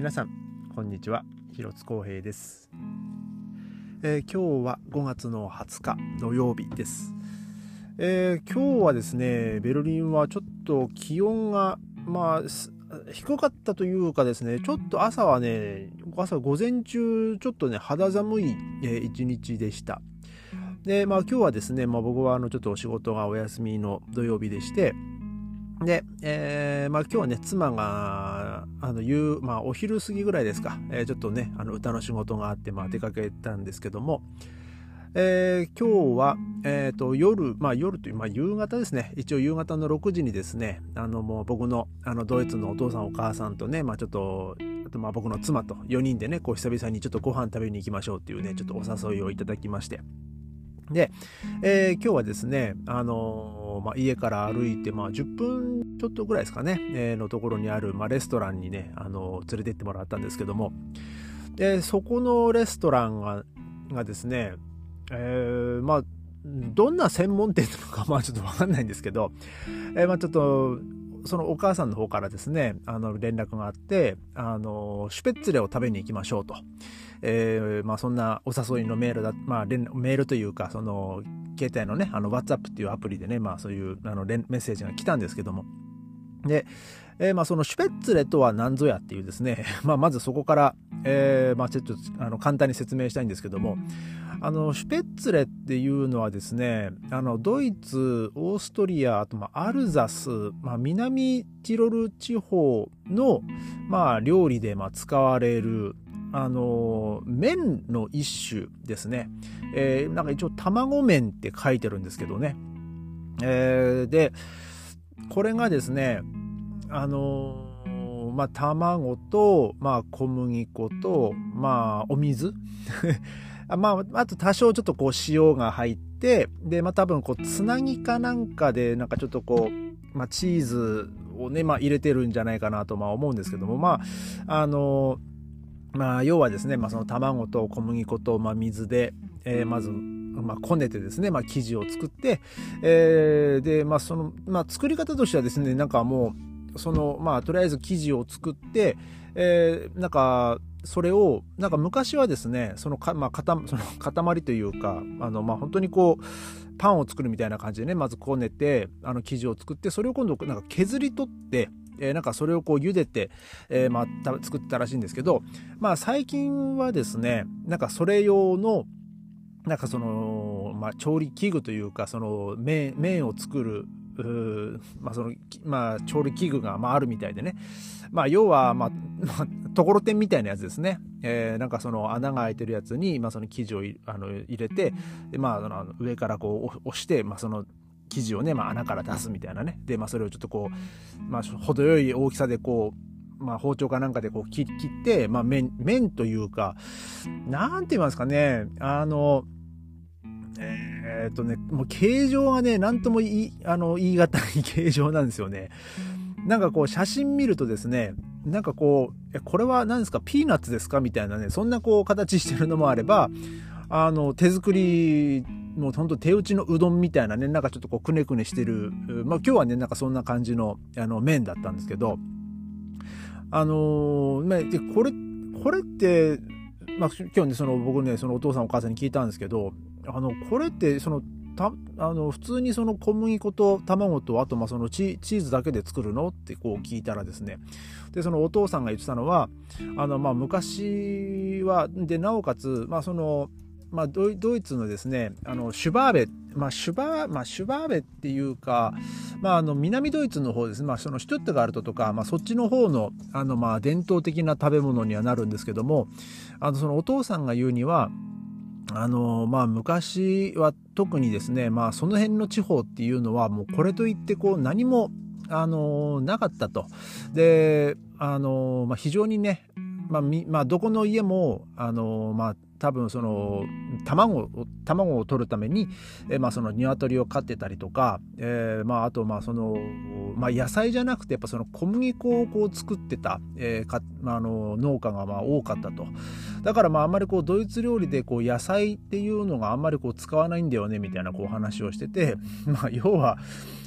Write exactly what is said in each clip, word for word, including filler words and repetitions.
皆さんこんにちは、広津光平です。えー、今日はごがつのはつか土曜日です。えー、今日はですね、ベルリンはちょっと気温がまあ低かったというかですね、ちょっと朝はね、朝午前中ちょっとね肌寒い、えー、一日でした。で、まあ今日はですね、まあ、僕はあのちょっとお仕事がお休みの土曜日でして、で、えー、まあ今日はね、妻があの夕、まあ、お昼過ぎぐらいですか、えー、ちょっとねあの歌の仕事があって、まあ、出かけたんですけども、えー、今日は、えー、と夜、まあ夜という、まあ、夕方ですね、一応夕方のろくじにですね、あのもう僕のあのドイツのお父さんお母さんとね、まあちょっとあとまあ僕の妻とよにんでね、こう久々にちょっとご飯食べに行きましょうっていうね、ちょっとお誘いをいただきまして、で、えー、今日はですね、あのーまあ、家から歩いて、まあ、じゅっぷんちょっとぐらいですかね、えー、のところにある、まあ、レストランにね、あのー連れてってもらったんですけども、でそこのレストランが、がですね、えー、まあどんな専門店なのかまあちょっと分かんないんですけど、えー、まあちょっとそのお母さんの方からですね、あの連絡があって、あのシュペッツレを食べに行きましょうと、えーまあ、そんなお誘いのメールだ、まあ、メールというかその携帯のねあの WhatsApp っていうアプリでね、まあ、そういうあのメッセージが来たんですけども、で、えーまあ、そのシュペッツレとは何ぞやっていうですね、まあ、まずそこから、えーまあ、ちょっとあの簡単に説明したいんですけども、あのシュペッツレっていうのはですね、あのドイツ、オーストリア、あとまあアルザス、まあ、南ティロル地方の、まあ、料理でまあ使われるあの麺の一種ですね。えー、なんか一応卵麺って書いてるんですけどね。えー、でこれがですね、あのー、まあ卵と、まあ、小麦粉と、まあお水まああと多少ちょっとこう塩が入って、でまあ多分こうつなぎかなんかでなんかちょっとこう、まあ、チーズをね、まあ、入れてるんじゃないかなとまあ思うんですけども、まああのーまあ要はですね、まあ、その卵と小麦粉とまあ水で、えー、まずまあこねてですね、まあ、生地を作って、えー、でまあそのまあ作り方としてはですね、なんかもうそのまあとりあえず生地を作って、えー、なんかそれをなんか昔はですね、そのかまあ塊その塊というか、あのまあ本当にこうパンを作るみたいな感じでね、まずこねてあの生地を作って、それを今度なんか削り取って。えー、なんかそれをこう茹でて、えーまあ、作ってたらしいんですけど、まあ最近はですね、なんかそれ用のなんかその、まあ、調理器具というか、その麺、麺を作るまあそのまあ、調理器具がまああるみたいでね、まあ、要は、まあまあ、ところてんみたいなやつですね、えー、なんかその穴が開いてるやつに、まあ、その生地をあの入れて、で、まあ、あの上からこう押して、まあ、その生地をね、まあ、穴から出すみたいなね。で、まあ、それをちょっとこう、まあ、程よい大きさでこう、まあ、包丁かなんかでこう切って、まあ、麺、麺というか、なんて言いますかね、あの、えー、っとね、もう形状がね、なんとも言い、あの、言い難い形状なんですよね。なんかこう、写真見るとですね、なんかこう、え、これは何ですか、ピーナッツですかみたいなね、そんなこう、形してるのもあれば、あの、手作り、もうほんと手打ちのうどんみたいなね、なんかちょっとこうくねくねしてる、まあ今日はね、なんかそんな感じのあの麺だったんですけど、あのー、でこれ、これって、まあ今日ね、その僕ね、そのお父さんお母さんに聞いたんですけど、あの、これってその、たあの普通にその小麦粉と卵とあとまあそのチチーズだけで作るのってこう聞いたらですね、でそのお父さんが言ってたのは、あのまあ昔はでなおかつまあそのまあ、ドイツのですね、あのシュバーベ、まあシュバー、まあ、シュバーベっていうか、まあ、あの南ドイツの方ですね、まあ、そのシュトゥットガルトとか、まあ、そっちの方のあのまあ伝統的な食べ物にはなるんですけども、あのそのお父さんが言うには、あのまあ昔は特にですね、まあ、その辺の地方っていうのはもうこれといってこう何もあのなかったと。で、あのまあ、非常にね、まあみまあ、どこの家もあのまあ多分その卵を卵を取るために、えー、まあその鶏を飼ってたりとか、えー、まああとまあそのまあ野菜じゃなくてやっぱその小麦粉をこう作ってた、えーかまあ、あの農家がまあ多かったと。だからまああんまりこうドイツ料理でこう野菜っていうのがあんまりこう使わないんだよねみたいなこう話をしてて、まあ要は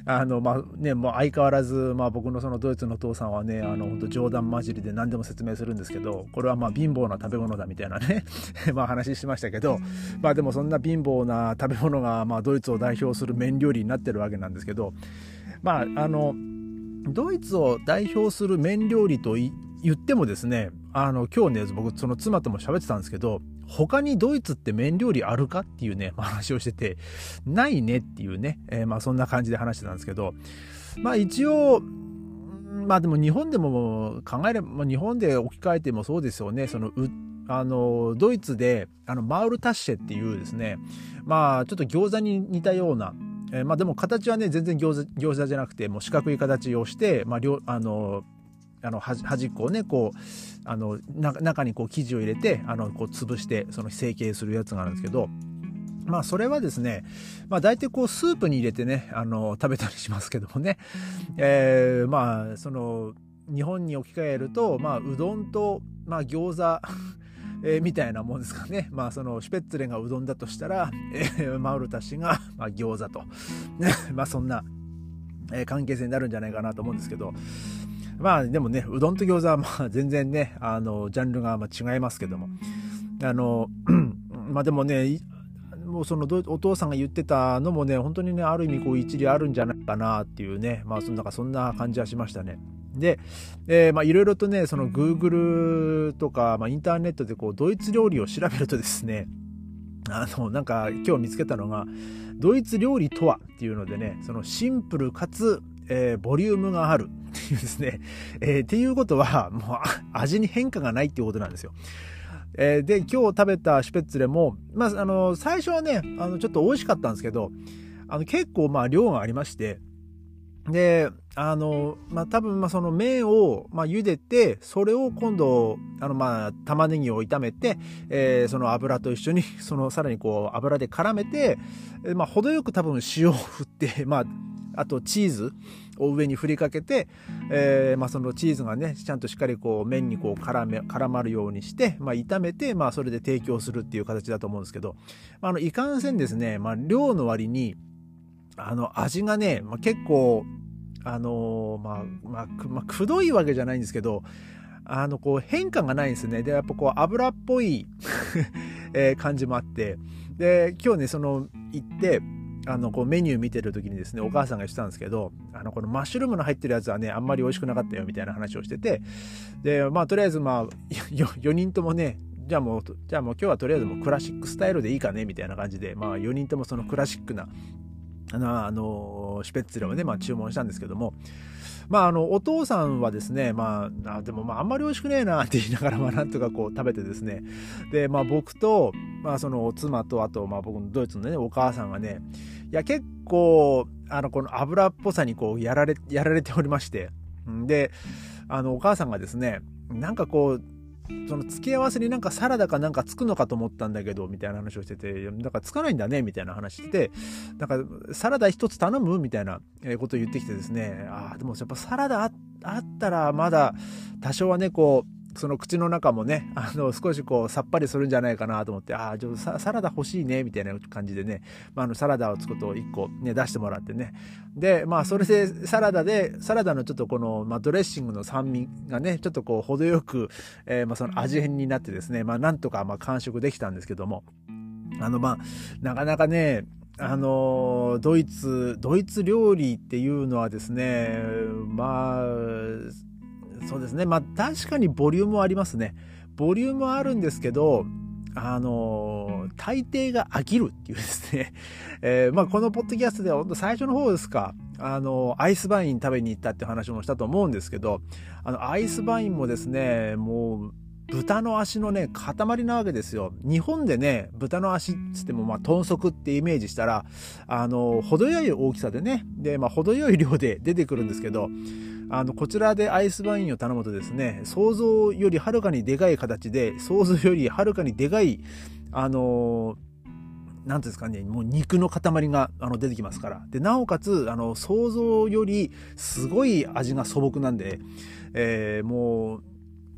あの、まあね、もう相変わらず、まあ僕のそのドイツのお父さんはね、あの、本当冗談交じりで何でも説明するんですけど、これはまあ貧乏な食べ物だみたいなね、まあ話しましたけど、まあでもそんな貧乏な食べ物が、まあドイツを代表する麺料理になってるわけなんですけど、まあ、あの、ドイツを代表する麺料理と言ってもですね、あの、今日ね、僕その妻とも喋ってたんですけど、他にドイツって麺料理あるかっていうね、話をしてて、ないねっていうね、えー、まあそんな感じで話してたんですけど、まあ一応、まあでも日本でも考えれば、まあ、日本で置き換えてもそうですよね、その、うあの、ドイツで、あの、マウルタッシェっていうですね、まあちょっと餃子に似たような、えー、まあでも形はね、全然餃子、餃子じゃなくて、もう四角い形をして、まあ、両、あの、あの端っこをねこうあの中にこう生地を入れてあのこう潰してその成形するやつがあるんですけど、まあそれはですね、まあ大体こうスープに入れてねあの食べたりしますけどもね、えー、まあその日本に置き換えるとまあうどんとまあ餃子えー、みたいなもんですかね。まあそのシュペッツレがうどんだとしたら、えー、マウルタ氏がまあ餃子とまあそんな、えー、関係性になるんじゃないかなと思うんですけど。まあでもね、うどんと餃子はまあ全然ね、あの、ジャンルがまあ違いますけども。あの、まあでもね、もうそのお父さんが言ってたのもね、本当にね、ある意味こう一理あるんじゃないかなっていうね、まあそんな、そんな感じはしましたね。で、えー、まあいろいろとね、その Google とか、まあインターネットでこうドイツ料理を調べるとですね、あの、なんか今日見つけたのが、ドイツ料理とはっていうのでね、そのシンプルかつ、えー、ボリュームがあるっていうですね、えー、っていうことはもう味に変化がないっていうことなんですよ。えー、で今日食べたシュペッツレも、まあ、あの最初はねあのちょっと美味しかったんですけど、あの結構まあ量がありまして、であのまあ多分まあその麺をまあ茹でて、それを今度あのまあ玉ねぎを炒めて、えー、その油と一緒にそのさらにこう油で絡めて、まあ程よく多分塩を振ってまああとチーズを上に振りかけて、えーまあ、そのチーズがねちゃんとしっかりこう麺にこう絡め絡まるようにして、まあ、炒めて、まあ、それで提供するっていう形だと思うんですけど、まあ、あのいかんせんですね、まあ、量の割にあの味がね、まあ、結構あのー、まあまあく、まあ、くどいわけじゃないんですけど、あのこう変化がないんですね。でやっぱこう油っぽいえー感じもあって、で今日ねその行ってあのこうメニュー見てる時にですね、お母さんが言ってたんですけど、あのこのマッシュルームの入ってるやつはねあんまり美味しくなかったよみたいな話をしてて、でまあとりあえずまあよにんともね、じゃあもうじゃあもう今日はとりあえずもうクラシックスタイルでいいかねみたいな感じで、まあよにんともそのクラシックなあのあのシュペッツレをね、まあ、注文したんですけども、まああのお父さんはですね、まあでもまああんまり美味しくねえなって言いながらまあなんとかこう食べてですね、でまあ僕とまあその妻とあとまあ僕のドイツのねお母さんがね、いや結構あのこの油っぽさにこうやられやられておりまして、であのお母さんがですね、なんかこうその付け合わせになんかサラダかなんかつくのかと思ったんだけどみたいな話をしてて、だからつかないんだねみたいな話してて、なんかサラダ一つ頼むみたいなことを言ってきてですね、ああでもやっぱサラダ あ, あったらまだ多少はねこうその口の中もねあの少しこうさっぱりするんじゃないかなと思って、ああちょっと サ, サラダ欲しいねみたいな感じでね、まあ、あのサラダをつくといっこね出してもらってね、でまあそれでサラダでサラダのちょっとこの、まあ、ドレッシングの酸味がねちょっとこう程よく、えー、まあその味変になってですね、まあなんとかまあ完食できたんですけども、あのまあなかなかねあのドイツドイツ料理っていうのはですね、まあそうですね、まあ確かにボリュームはありますね。ボリュームはあるんですけど、あの大抵が飽きるっていうですね、えー、まあこのポッドキャストでは本当最初の方ですか、あのアイスバイン食べに行ったって話もしたと思うんですけど、あのアイスバインもですね、もう豚の足のね塊なわけですよ。日本でね豚の足っつってもまあ豚足ってイメージしたら、あの程よい大きさでね、でまあ程よい量で出てくるんですけど、あのこちらでアイスバインを頼むとですね、想像よりはるかにでかい形で、想像よりはるかにでかいあのなんていうんですかね、もう肉の塊があの出てきますから、でなおかつあの想像よりすごい味が素朴なんで、えー、もう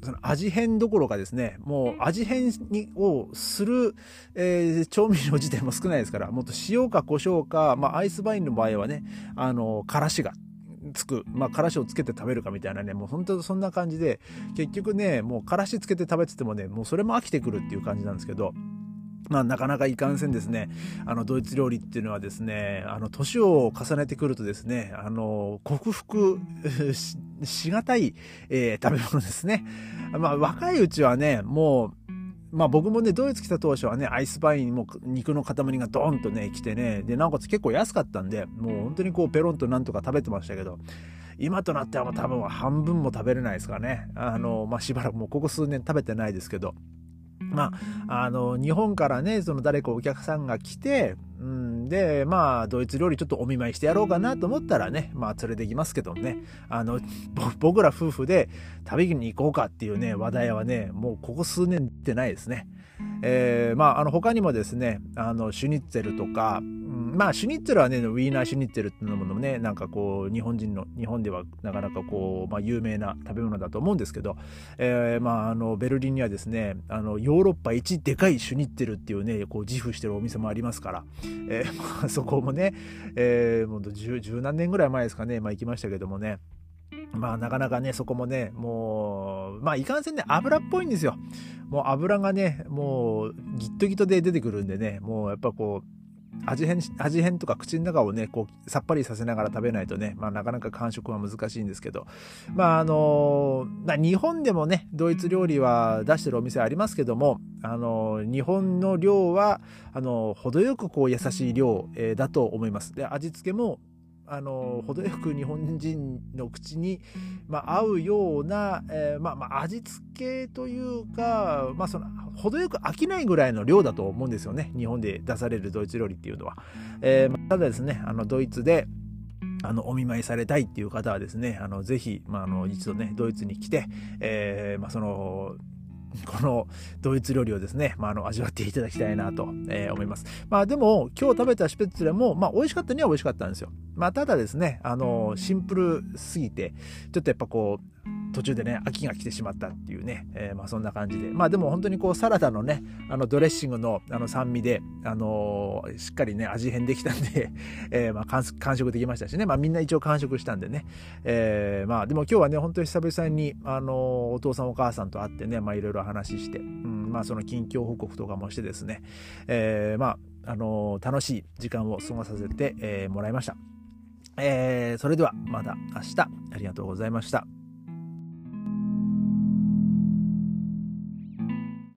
その味変どころかですね、もう味変にをする、えー、調味料自体も少ないですから、もっと塩か胡椒か、まあアイスバインの場合はね、あの、からしがつく、まあからしをつけて食べるかみたいなね、もう本当そんな感じで、結局ね、もうからしつけて食べててもね、もうそれも飽きてくるっていう感じなんですけど、まあなかなかいかんせんですね、あのドイツ料理っていうのはですね、あの年を重ねてくるとですね、あの克服し、しがたい、えー、食べ物ですね。まあ若いうちはね、もうまあ僕もね、ドイツ来た当初はね、アイスバインも肉の塊がドーンとね、来てね、で、なおかつ結構安かったんで、もう本当にこうペロンとなんとか食べてましたけど、今となってはもう多分半分も食べれないですからね。あの、まあしばらくもうここ数年食べてないですけど、まあ、あの、日本からね、その誰かお客さんが来て、うん、で、まあ、ドイツ料理ちょっとお見舞いしてやろうかなと思ったらね、まあ、連れてきますけどね、あの、僕ら夫婦で食べに行こうかっていうね、話題はね、もうここ数年ってないですね。えー、まあ、あの、他にもですね、あの、シュニッツェルとか、うん、まあ、シュニッツェルはね、ウィーナーシュニッツェルっていうのもね、なんかこう、日本人の、日本ではなかなかこう、まあ、有名な食べ物だと思うんですけど、えー、まあ、あの、ベルリンにはですね、あの、ヨーロッパ一でかいシュニッツェルっていうね、こう、自負してるお店もありますから、えー、まあ、そこもね、えー、もう十、十何年ぐらい前ですかね、まあ、行きましたけどもね、まあなかなかね、そこもね、もう、まあいかんせんね、油っぽいんですよ。もう油がね、もうギットギトで出てくるんでね、もうやっぱこう、味変、味変とか口の中をね、こう、さっぱりさせながら食べないとね、まあなかなか完食は難しいんですけど、まああの、日本でもね、ドイツ料理は出してるお店ありますけども、あの、日本の量は、あの、程よくこう優しい量、えー、だと思います。で、味付けも、あの程よく日本人の口に、まあ、合うような、えーまあ、まあ味付けというか、まあ、その程よく飽きないぐらいの量だと思うんですよね、日本で出されるドイツ料理っていうのは。えーまあ、ただですね、あのドイツであのお見舞いされたいっていう方はですね、あのぜひ、まあ、あの一度ねドイツに来て、えーまあ、そのこのドイツ料理をですね、まあ、あの味わっていただきたいなと、えー、思います。まあでも今日食べたシュペッツェルもまあ美味しかったには美味しかったんですよ。まあただですね、あのシンプルすぎてちょっとやっぱこう途中でね飽きが来てしまったっていうね、えー、まあそんな感じで、まあでも本当にこうサラダのねあのドレッシングのあの酸味であのー、しっかりね味変できたんで、えー、まあ完完食できましたしね、まあみんな一応完食したんでね、えー、まあでも今日はね本当に久々にあのー、お父さんお母さんと会ってね、まあいろいろ話して、うん、まあその近況報告とかもしてですね、えー、まああのー、楽しい時間を過ごさせて、えー、もらいました。えー、それではまた明日ありがとうございました。